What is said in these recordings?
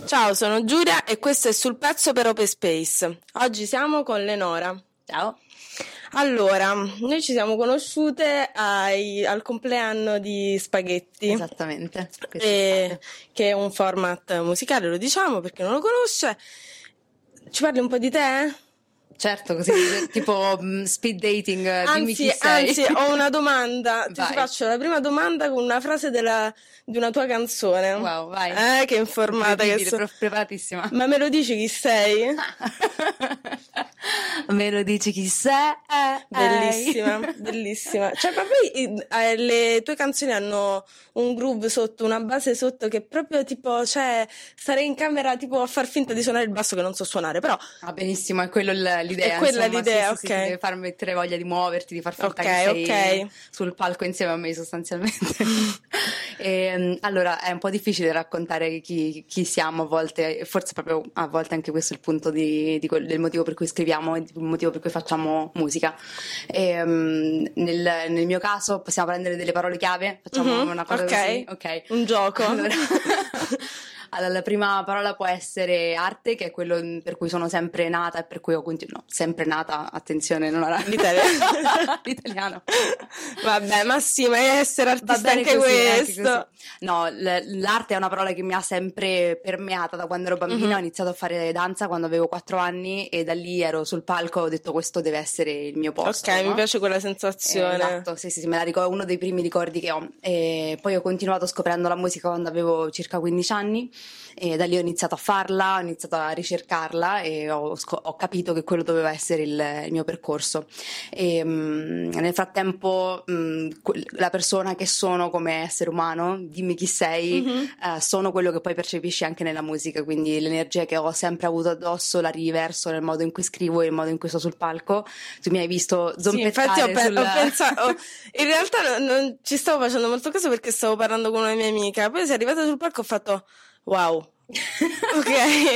Ciao, sono Giulia e questo è Sul Pezzo per Open Space. Oggi siamo con Lenora. Ciao. Allora, noi ci siamo conosciute al compleanno di Spaghetti. Esattamente. Che è un format musicale, lo diciamo per chi non lo conosce. Ci parli un po' di te? Certo, così tipo speed dating, dimmi chi sei. Anzi, ho una domanda. Ti Vai. faccio la prima domanda con una frase di una tua canzone. Wow, vai. Che informata che sono. Preparatissima. Ma me lo dici chi sei? Me lo dici chi sei? Bellissima, bellissima. Cioè, ma poi le tue canzoni hanno un groove sotto, una base sotto che proprio tipo, cioè, starei in camera tipo a far finta di suonare il basso che non so suonare, però. Ah, benissimo, è quello l'idea. È quella insomma, l'idea, sì, ok. Sì, ti deve far mettere voglia di muoverti, di far finta che sei sul palco insieme a me sostanzialmente. Allora, è un po' difficile raccontare chi siamo a volte, forse proprio a volte anche questo è il punto del motivo per cui scriviamo e il motivo per cui facciamo musica. Nel mio caso possiamo prendere delle parole chiave, facciamo una cosa così, ok? Un gioco. Allora, la prima parola può essere arte, che è quello per cui sono sempre nata e per cui ho continuato. No, sempre nata, attenzione, non era l'italiano. Vabbè, ma sì, ma è essere artista anche così, questo. Anche no, l'arte è una parola che mi ha sempre permeata da quando ero bambina. Ho iniziato a fare danza quando avevo 4 anni e da lì ero sul palco e ho detto questo deve essere il mio posto. Ok, no? mi piace quella sensazione. Esatto, sì, me la ricordo, uno dei primi ricordi che ho. E poi ho continuato scoprendo la musica quando avevo circa 15 anni. E da lì ho iniziato a farla, ho iniziato a ricercarla e ho capito che quello doveva essere il mio percorso. Nel frattempo la persona che sono come essere umano, dimmi chi sei, sono quello che poi percepisci anche nella musica, quindi l'energia che ho sempre avuto addosso la riverso nel modo in cui scrivo e nel modo in cui sto sul palco. Tu mi hai visto zompettare. Sì, infatti ho pensato, in realtà non ci stavo facendo molto caso perché stavo parlando con una mia amica, poi sei arrivata sul palco e ho fatto wow. Ok.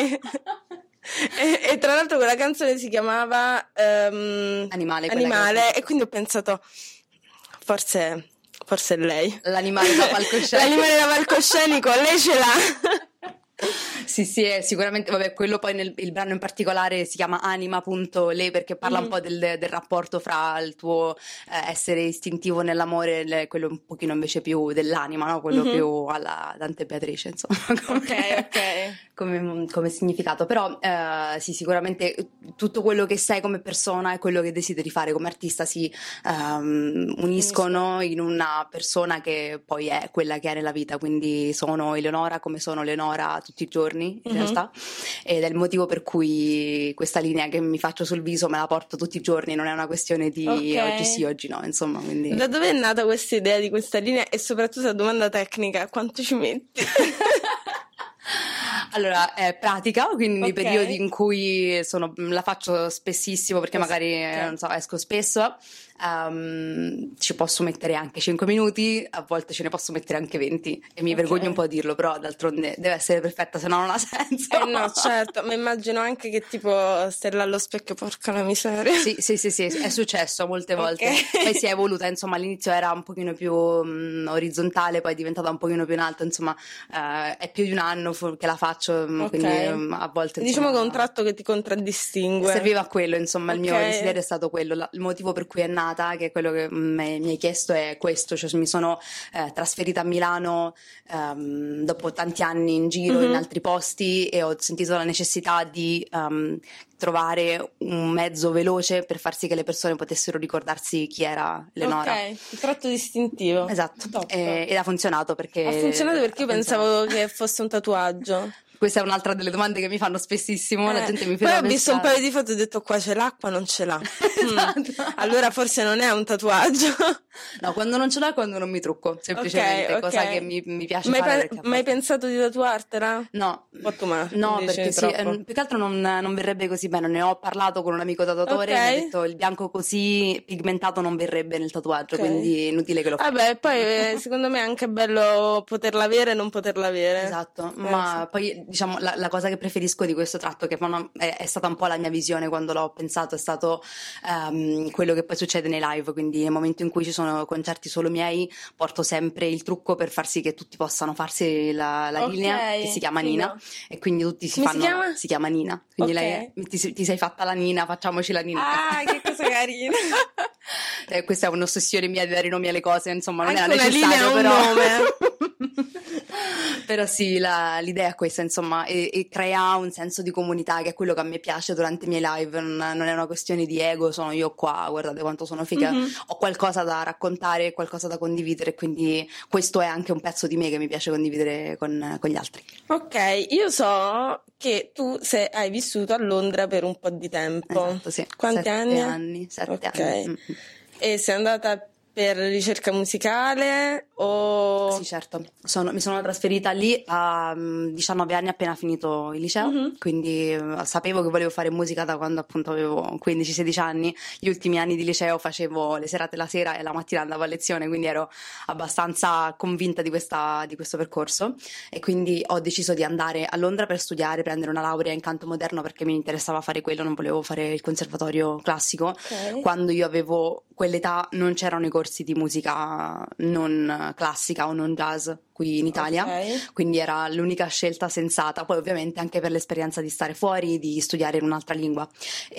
e tra l'altro quella canzone si chiamava Animale, e quindi ho pensato forse è lei l'animale da palcoscenico. L'animale da palcoscenico, lei ce l'ha. Sì, è sicuramente, vabbè, quello poi il brano in particolare si chiama Anima.le perché parla un po' del rapporto fra il tuo essere istintivo nell'amore, quello un pochino invece più dell'anima, no? Quello più alla Dante e Beatrice, insomma. Come significato, però sì, sicuramente tutto quello che sei come persona e quello che desideri fare come artista si uniscono in una persona che poi è quella che è nella vita, quindi sono Eleonora come sono Eleonora tutti i giorni in realtà, ed è il motivo per cui questa linea che mi faccio sul viso me la porto tutti i giorni, non è una questione di oggi sì, oggi no, insomma, quindi. Da dove è nata questa idea di questa linea e soprattutto la domanda tecnica, quanto ci metti? Allora, è pratica, quindi nei periodi in cui la faccio spessissimo perché magari non so, esco spesso, ci posso mettere anche 5 minuti, a volte ce ne posso mettere anche 20 e mi vergogno un po' a dirlo, però d'altronde deve essere perfetta, se no non ha senso. No, certo, ma immagino anche che tipo stai là allo specchio, porca la miseria. Sì, è successo molte volte. Poi si è evoluta, insomma, all'inizio era un pochino più orizzontale, poi è diventata un pochino più in alto, insomma, è più di un anno che la faccio, quindi a volte diciamo che è un tratto che ti contraddistingue. Serviva a quello, insomma, il mio desiderio è stato quello, il motivo per cui è nata, che è quello che mi hai chiesto, è questo, cioè mi sono trasferita a Milano dopo tanti anni in giro in altri posti e ho sentito la necessità di trovare un mezzo veloce per far sì che le persone potessero ricordarsi chi era Eleonora. Ok, il tratto distintivo. Esatto, ed ha funzionato perché io pensavo che fosse un tatuaggio. Questa è un'altra delle domande che mi fanno spessissimo, la gente mi fa. Poi ho visto un paio di foto e ho detto qua c'è l'acqua, non ce l'ha. Esatto. Allora forse non è un tatuaggio. No, quando non ce l'ho è quando non mi trucco, semplicemente, cosa che mi piace fare. Ma hai pensato di tatuartela? No. No, perché sì, più che altro non verrebbe così bene, ne ho parlato con un amico tatuatore e mi ha detto il bianco così pigmentato non verrebbe nel tatuaggio, quindi è inutile che lo faccia. Vabbè, poi secondo me è anche bello poterla avere e non poterla avere. Esatto, ma poi diciamo la cosa che preferisco di questo tratto, che è stata un po' la mia visione quando l'ho pensato, è stato quello che poi succede nei live, quindi nel momento in cui ci sono concerti solo miei porto sempre il trucco per far sì che tutti possano farsi la linea, che si chiama Nina, e quindi tutti si chiama Nina, quindi lei ti sei fatta la Nina, facciamoci la Nina. Ah, che cosa carina. Questa è un'ossessione mia di dare nomi alle cose, insomma, non anche era necessario, una linea, però un nome. però sì, l'idea è questa, insomma, e crea un senso di comunità, che è quello che a me piace durante i miei live. Non è una questione di ego, sono io qua, guardate quanto sono figa, ho qualcosa da raccontare, qualcosa da condividere, quindi questo è anche un pezzo di me che mi piace condividere con gli altri. Ok, io so che tu hai vissuto a Londra per un po' di tempo. Esatto, sì. Quanti anni? 7 anni. E sei andata per ricerca musicale o... Sì, certo. Mi sono trasferita lì a 19 anni, appena finito il liceo, quindi sapevo che volevo fare musica da quando appunto avevo 15-16 anni. Gli ultimi anni di liceo facevo le serate la sera e la mattina andavo a lezione, quindi ero abbastanza convinta di questo percorso, e quindi ho deciso di andare a Londra per studiare, prendere una laurea in canto moderno, perché mi interessava fare quello, non volevo fare il conservatorio classico. Quando io avevo quell'età non c'erano i corsi di musica non classica o non jazz qui in Italia, quindi era l'unica scelta sensata, poi ovviamente anche per l'esperienza di stare fuori, di studiare in un'altra lingua,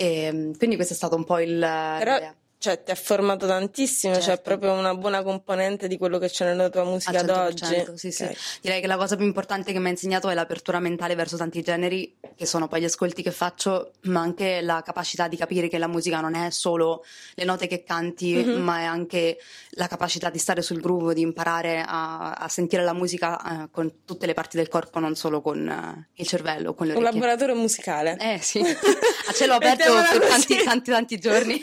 e quindi questo è stato un po' l'idea. Cioè, ti ha formato tantissimo, certo. Cioè proprio una buona componente di quello che c'è nella tua musica d'oggi. Sì, sì. Direi che la cosa più importante che mi ha insegnato è l'apertura mentale verso tanti generi, che sono poi gli ascolti che faccio, ma anche la capacità di capire che la musica non è solo le note che canti, ma è anche la capacità di stare sul groove, di imparare a sentire la musica con tutte le parti del corpo, non solo con il cervello, con le orecchie. Un laboratorio musicale. Sì, a cielo aperto per tanti giorni.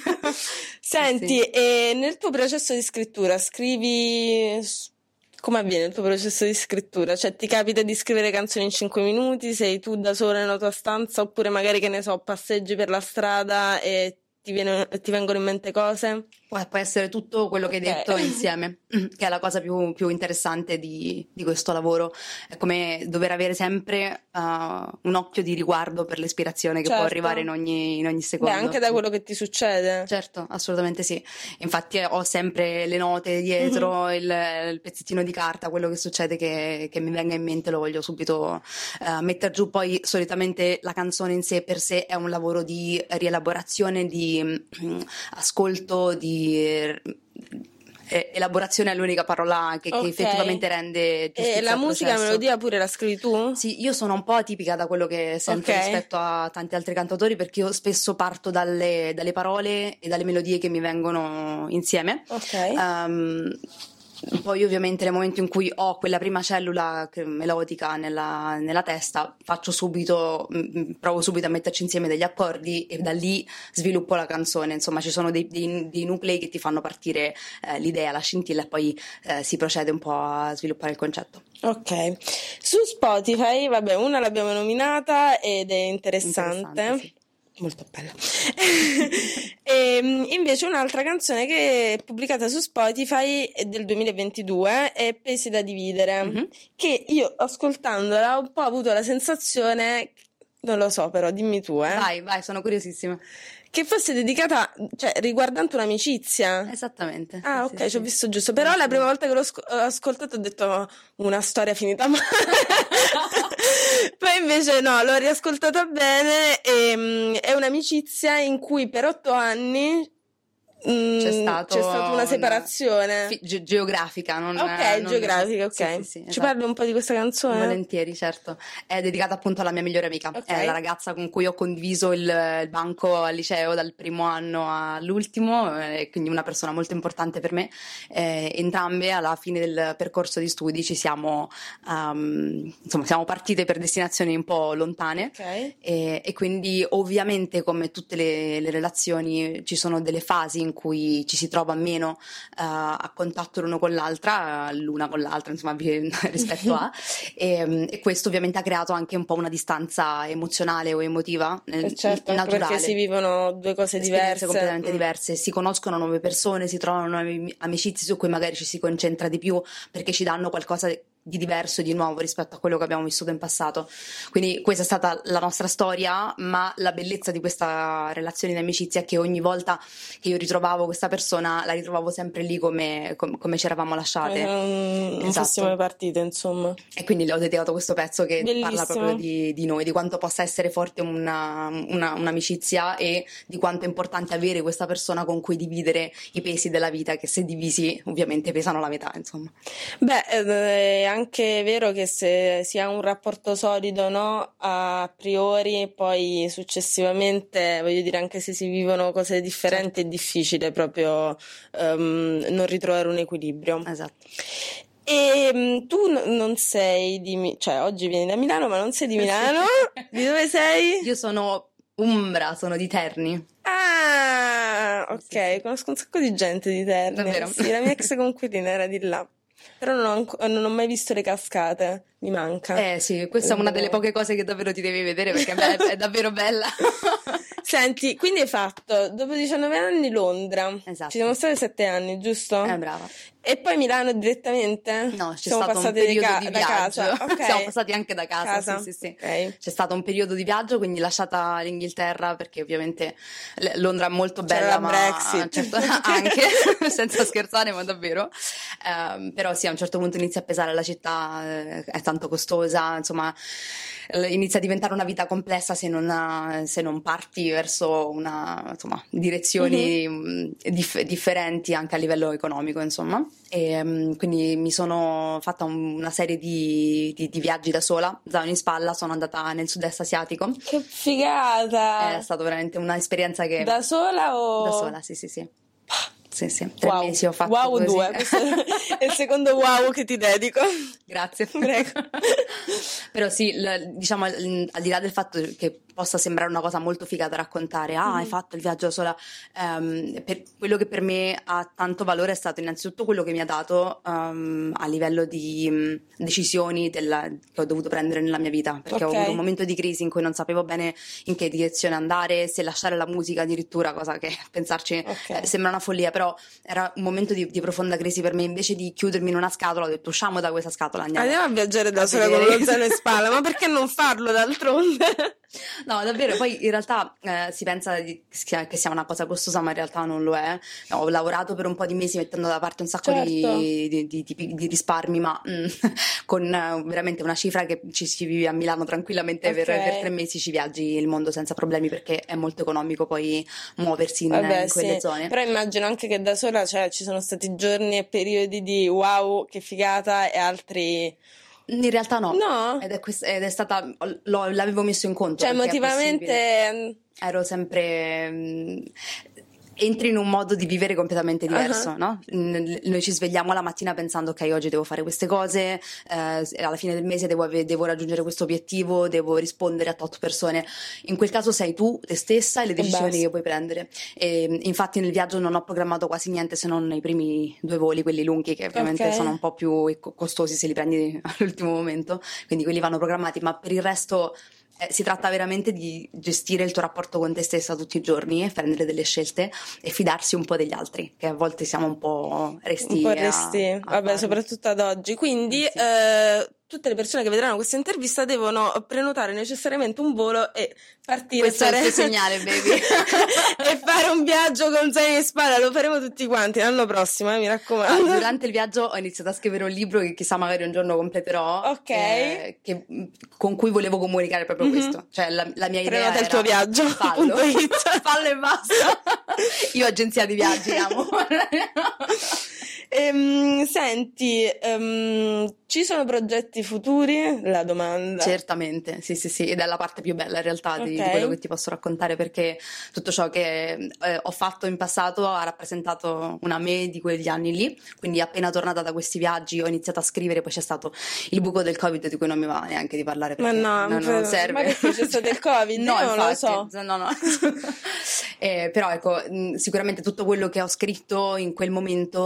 Senti, e nel tuo processo di scrittura scrivi... Come avviene il tuo processo di scrittura? Cioè, ti capita di scrivere canzoni in 5 minuti? Sei tu da sola nella tua stanza? Oppure magari, che ne so, passeggi per la strada e ti vengono in mente cose? Può essere tutto quello che hai detto insieme, che è la cosa più interessante di questo lavoro. È come dover avere sempre un occhio di riguardo per l'ispirazione che può arrivare in ogni secondo. Beh, anche da quello che ti succede. Certo, assolutamente sì. Infatti ho sempre le note dietro, il pezzettino di carta, quello che succede che mi venga in mente lo voglio subito mettere giù. Poi solitamente la canzone in sé per sé è un lavoro di rielaborazione, di ascolto, di elaborazione è l'unica parola che effettivamente rende giustizia. E la musica, la melodia pure la scrivi tu? Sì, io sono un po' atipica da quello che sento rispetto a tanti altri cantautori, perché io spesso parto dalle parole e dalle melodie che mi vengono insieme. Poi ovviamente nel momento in cui ho quella prima cellula melodica nella testa, provo subito a metterci insieme degli accordi e da lì sviluppo la canzone. Insomma, ci sono dei nuclei che ti fanno partire l'idea, la scintilla, e poi si procede un po' a sviluppare il concetto. Ok, su Spotify, vabbè, una l'abbiamo nominata ed è interessante. Sì. Molto bella. E invece un'altra canzone che è pubblicata su Spotify è del 2022, è Pesi da dividere, che io ascoltandola ho un po' avuto la sensazione, non lo so però, dimmi tu. Vai, sono curiosissima. Che fosse dedicata, cioè riguardante un'amicizia. Esattamente. Ah, ok, ci ho visto giusto. Però la prima volta che l'ho ascoltato ho detto una storia finita male. Poi invece no, l'ho riascoltata bene e è un'amicizia in cui per 8 anni c'è stata una separazione geografica, geografica, ok. Sì, esatto. Ci parli un po' di questa canzone? Volentieri, certo. È dedicata appunto alla mia migliore amica, è la ragazza con cui ho condiviso il banco al liceo dal primo anno all'ultimo, quindi una persona molto importante per me. Entrambe alla fine del percorso di studi siamo partite per destinazioni un po' lontane, e quindi ovviamente, come tutte le relazioni, ci sono delle fasi in cui ci si trova meno a contatto l'uno con l'altra, l'una con l'altra, insomma, rispetto a e questo ovviamente ha creato anche un po' una distanza emozionale o emotiva, certo, naturale, perché si vivono due cose diverse, completamente diverse, si conoscono nuove persone, si trovano nuove amicizie su cui magari ci si concentra di più perché ci danno qualcosa di diverso e di nuovo rispetto a quello che abbiamo vissuto in passato. Quindi questa è stata la nostra storia, ma la bellezza di questa relazione di amicizia è che ogni volta che io ritrovavo questa persona la ritrovavo sempre lì come ci eravamo lasciate. Non Esatto. fossimo partite, insomma. E quindi ho dedicato questo pezzo che Bellissimo. parla proprio di noi, di quanto possa essere forte un'amicizia e di quanto è importante avere questa persona con cui dividere i pesi della vita, che se divisi ovviamente pesano la metà, insomma. Beh, è anche vero che se si ha un rapporto solido, no, a priori, poi successivamente, voglio dire, anche se si vivono cose differenti, è difficile proprio non ritrovare un equilibrio. Esatto. E tu non sei cioè oggi vieni da Milano, ma non sei di Milano? Di dove sei? Io sono umbra, sono di Terni. Ah, ok, Sì. conosco un sacco di gente di Terni. Davvero? Sì, la mia ex coinquilina era di là. Però non ho mai visto le cascate, mi manca. Sì, questa è una delle poche cose che davvero ti devi vedere perché è davvero bella. Senti, quindi hai fatto, dopo 19 anni, Londra. Esatto. Ci siamo state 7 anni, giusto? Brava. E poi Milano direttamente? No, c'è Siamo stato un passate periodo di da viaggio. casa. Okay. Siamo passati anche da casa. Sì. Okay. C'è stato un periodo di viaggio, quindi lasciata l'Inghilterra perché ovviamente Londra è molto C'era bella, la ma Brexit. certo, anche senza scherzare, ma davvero. Però sì, a un certo punto inizia a pesare la città, è tanto costosa, insomma, inizia a diventare una vita complessa se non parti verso direzioni differenti anche a livello economico, insomma. E quindi mi sono fatta una serie di viaggi da sola, zaino in spalla, sono andata nel sud-est asiatico. Che figata! È stata veramente un'esperienza che... Da sola o... Da sola, sì. Sì. 3 wow. mesi ho fatto wow così. 2, questo è il secondo wow che ti dedico. Grazie. Prego. Però sì, diciamo al di là del fatto che possa sembrare una cosa molto figa da raccontare, hai fatto il viaggio da sola, quello che per me ha tanto valore è stato innanzitutto quello che mi ha dato a livello di decisioni che ho dovuto prendere nella mia vita, perché ho avuto un momento di crisi in cui non sapevo bene in che direzione andare, se lasciare la musica addirittura, cosa che pensarci sembra una follia, però era un momento di profonda crisi per me. Invece di chiudermi in una scatola ho detto usciamo da questa scatola, andiamo a viaggiare da sola con lo zaino in spalla, ma perché non farlo d'altronde? No, davvero, poi in realtà si pensa che sia una cosa costosa, ma in realtà non lo è. Ho lavorato per un po' di mesi mettendo da parte un sacco di risparmi, ma con veramente una cifra che ci vivi a Milano tranquillamente per 3 mesi, ci viaggi il mondo senza problemi, perché è molto economico poi muoversi in quelle zone. Però immagino anche che da sola, cioè, ci sono stati giorni e periodi di wow, che figata, e altri... In realtà no. No? Ed è stata, l'avevo messo in conto. Cioè, emotivamente... Ero sempre... entri in un modo di vivere completamente diverso, no? Noi ci svegliamo la mattina pensando ok, oggi devo fare queste cose, alla fine del mese devo raggiungere questo obiettivo, devo rispondere a tot persone. In quel caso sei tu, te stessa e le decisioni che puoi prendere. E infatti nel viaggio non ho programmato quasi niente se non i primi 2 voli, quelli lunghi, che ovviamente sono un po' più costosi se li prendi all'ultimo momento, quindi quelli vanno programmati, ma per il resto... si tratta veramente di gestire il tuo rapporto con te stessa tutti i giorni e prendere delle scelte e fidarsi un po' degli altri, che a volte siamo un po' resti. Vabbè, farlo. Soprattutto ad oggi. Quindi tutte le persone che vedranno questa intervista devono prenotare necessariamente un volo e partire. Questo è il tuo segnale, baby. E fare un viaggio con zaino in spalla. Lo faremo tutti quanti l'anno prossimo, mi raccomando. Durante il viaggio ho iniziato a scrivere un libro che chissà magari un giorno completerò, con cui volevo comunicare proprio questo, cioè la mia idea Prenota era il tuo viaggio. fallo e basta. Io agenzia di viaggi, amo. Senti, ci sono progetti futuri? La domanda. Certamente, sì, ed è la parte più bella in realtà di quello che ti posso raccontare, perché tutto ciò che ho fatto in passato ha rappresentato una me di quegli anni lì, quindi appena tornata da questi viaggi ho iniziato a scrivere, poi c'è stato il buco del Covid di cui non mi va neanche di parlare perché non serve. Ma perché c'è stato il Covid? No, non lo so. No. Però ecco, sicuramente tutto quello che ho scritto in quel momento si riferisce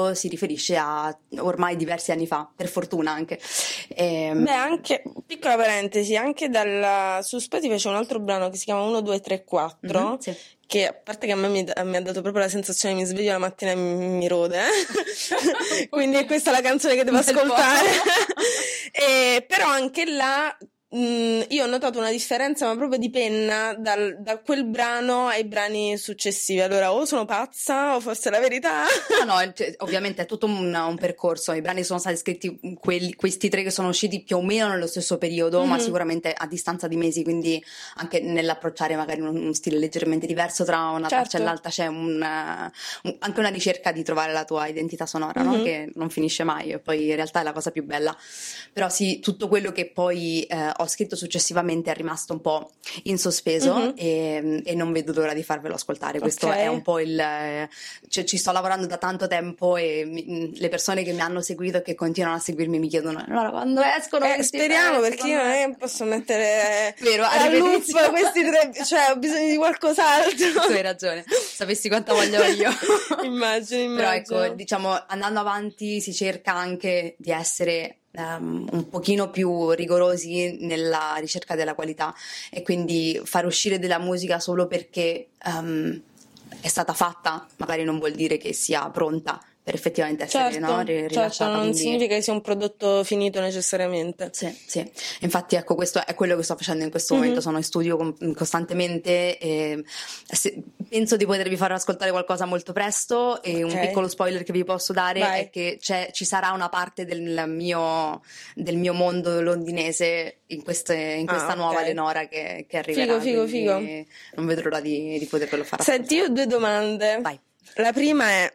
riferisce a ormai diversi anni fa, per fortuna anche. Beh, anche, piccola parentesi, anche su Spotify c'è un altro brano che si chiama 1, 2, 3, 4, sì. che a parte che a me mi ha dato proprio la sensazione, mi sveglio la mattina e mi rode, quindi è questa la canzone che devo ascoltare. Però anche là io ho notato una differenza, ma proprio di penna, da quel brano ai brani successivi. Allora, o sono pazza, o forse è la verità. No, cioè, ovviamente è tutto un percorso. I brani sono stati scritti, questi 3 che sono usciti più o meno nello stesso periodo, ma sicuramente a distanza di mesi, quindi anche nell'approcciare magari un stile leggermente diverso tra una traccia e l'altra c'è anche una ricerca di trovare la tua identità sonora, no? Che non finisce mai, e poi in realtà è la cosa più bella. Però sì, tutto quello che poi ho scritto successivamente è rimasto un po' in sospeso e non vedo l'ora di farvelo ascoltare. Questo è un po' cioè, ci sto lavorando da tanto tempo e le persone che mi hanno seguito e che continuano a seguirmi mi chiedono allora quando escono speriamo, perché io non è che posso mettere vero, a loop questi 3, cioè ho bisogno di qualcos'altro. Tu hai ragione, sapessi quanta voglio io. immagino. Però ecco, diciamo, andando avanti si cerca anche di essere un pochino più rigorosi nella ricerca della qualità, e quindi far uscire della musica solo perché è stata fatta magari non vuol dire che sia pronta per effettivamente essere rilasciata. Certo, non significa che sia un prodotto finito necessariamente. Sì. Infatti ecco, questo è quello che sto facendo in questo momento, sono in studio costantemente e penso di potervi far ascoltare qualcosa molto presto, e un piccolo spoiler che vi posso dare è che ci sarà una parte del mio mondo londinese in questa nuova Lenora che arriverà. Figo. Non vedo l'ora di potervelo fare. Senti, io ho 2 domande. Vai. La prima è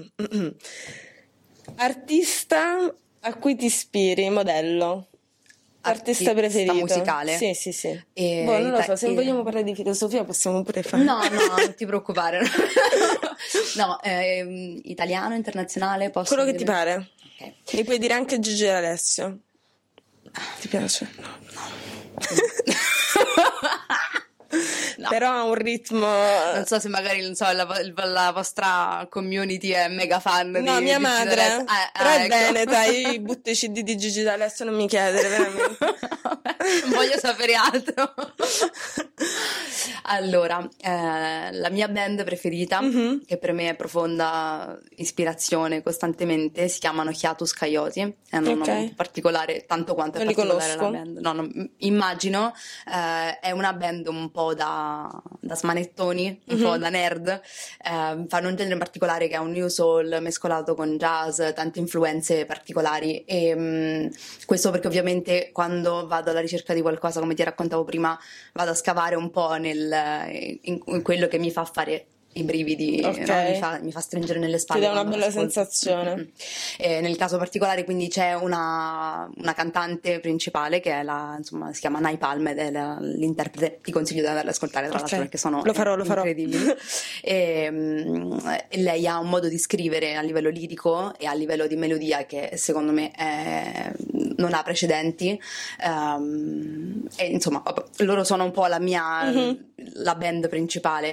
artista a cui ti ispiri, modello, artista preferito musicale? Sì. Non lo so, se vogliamo parlare di filosofia possiamo pure fare. No, non ti preoccupare. No, italiano, internazionale, quello che ti pare. Okay. Mi puoi dire anche Gigi D'Alessio. Ti piace? No. Però ha un ritmo. Non so se magari la vostra community è mega fan. No, mia madre. Però è veneta. Io butto i CD di Gigi D'Alessio, non mi chiedere veramente. Non voglio sapere altro. Allora, la mia band preferita, che per me è profonda ispirazione costantemente, si chiamano Hiatus Coyote. Hanno un nome particolare, tanto quanto è particolare la band. No, immagino. È una band un po' da smanettoni, un po' da nerd. Fanno un genere particolare che è un new soul mescolato con jazz, tante influenze particolari. E questo perché ovviamente quando vado alla ricerca di qualcosa, come ti raccontavo prima, vado a scavare un po' in quello che mi fa fare i brividi, no? mi fa stringere nelle spalle. Ti dà una bella sensazione. Nel caso particolare quindi c'è una cantante principale che è si chiama Napalm ed è l'interprete. Ti consiglio di andarla ad ascoltare tra l'altro perché sono lo farò. incredibili. E lei ha un modo di scrivere a livello lirico e a livello di melodia che secondo me non ha precedenti, e insomma loro sono un po' la la band principale.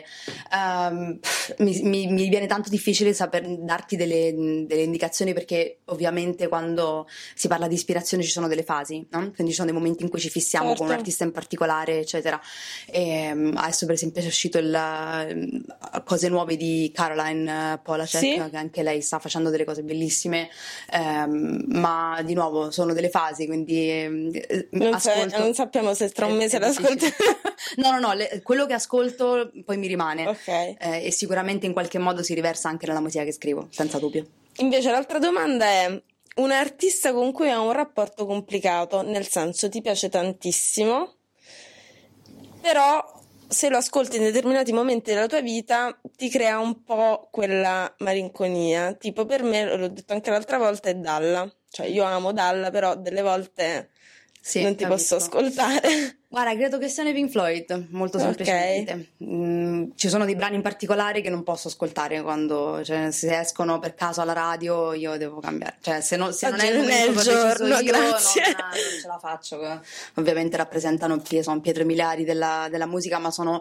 Mi viene tanto difficile darti delle indicazioni, perché ovviamente quando si parla di ispirazione ci sono delle fasi, no? Quindi ci sono dei momenti in cui ci fissiamo con un artista in particolare, eccetera. E adesso per esempio è uscito cose nuove di Caroline Polachek, che anche lei sta facendo delle cose bellissime, ma di nuovo sono delle fasi, quindi ascolto. Non sappiamo se tra un mese l'ascolto. No, quello che ascolto poi mi rimane, e sicuramente in qualche modo si riversa anche nella musica che scrivo, senza dubbio. Invece l'altra domanda è un artista con cui hai un rapporto complicato, nel senso ti piace tantissimo, però se lo ascolti in determinati momenti della tua vita ti crea un po' quella malinconia. Tipo per me, l'ho detto anche l'altra volta, è Dalla. Cioè io amo Dalla, però delle volte non ti posso ascoltare. Guarda, credo che siano i Pink Floyd, molto semplicemente. Ci sono dei brani in particolare che non posso ascoltare quando, se escono per caso alla radio io devo cambiare. Cioè se non è il momento che ho deciso io, grazie. Non ce la faccio. Ovviamente rappresentano sono pietre miliari della musica, ma sono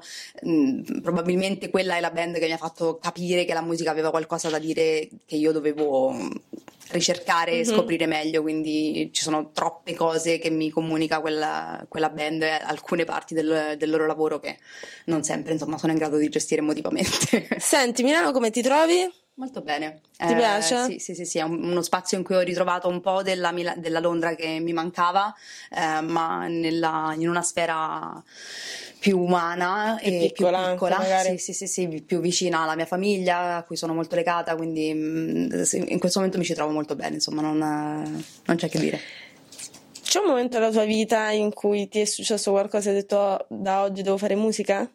probabilmente quella è la band che mi ha fatto capire che la musica aveva qualcosa da dire che io dovevo ricercare e scoprire meglio, quindi ci sono troppe cose che mi comunica quella band, alcune parti del loro lavoro che non sempre, insomma, sono in grado di gestire emotivamente. Senti, Milano come ti trovi? Molto bene. Ti piace? Sì, è uno spazio in cui ho ritrovato un po' della Londra che mi mancava, ma in una sfera più umana e più piccola, sì, più vicina alla mia famiglia, a cui sono molto legata, quindi in questo momento mi ci trovo molto bene, insomma, non c'è che dire. C'è un momento della tua vita in cui ti è successo qualcosa e hai detto "Oh, da oggi devo fare musica"?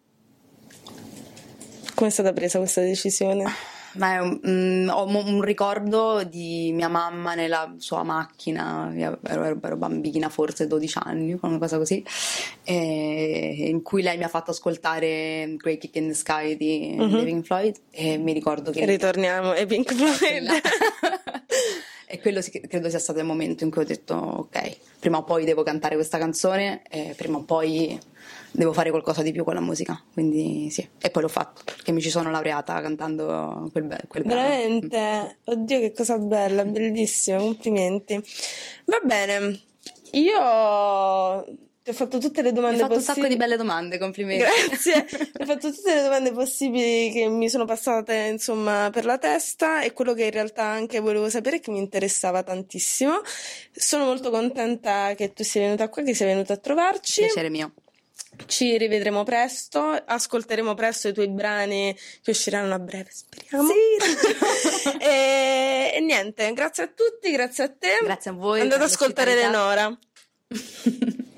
Come è stata presa questa decisione? Ma ho un ricordo di mia mamma nella sua macchina, ero bambina, forse 12 anni, una cosa così, in cui lei mi ha fatto ascoltare Great Kick in the Sky di Pink Floyd, e mi ricordo che... Ritorniamo ai Pink Floyd. E quello credo sia stato il momento in cui ho detto ok, prima o poi devo cantare questa canzone, e prima o poi devo fare qualcosa di più con la musica, quindi sì, e poi l'ho fatto perché mi ci sono laureata cantando quel brano. Veramente? Oddio, che cosa bella, bellissima, complimenti. Va bene, io ti ho fatto tutte le domande possibili. Hai fatto un sacco di belle domande, complimenti. Grazie, ho fatto tutte le domande possibili che mi sono passate, insomma, per la testa, e quello che in realtà anche volevo sapere, che mi interessava tantissimo. Sono molto contenta che tu sia venuta qua, che sia venuta a trovarci. Piacere mio. Ci rivedremo presto, ascolteremo presto i tuoi brani che usciranno a breve, speriamo. Sì. E niente, grazie a tutti, grazie a te. Grazie a voi. Andate ad ascoltare Lenora.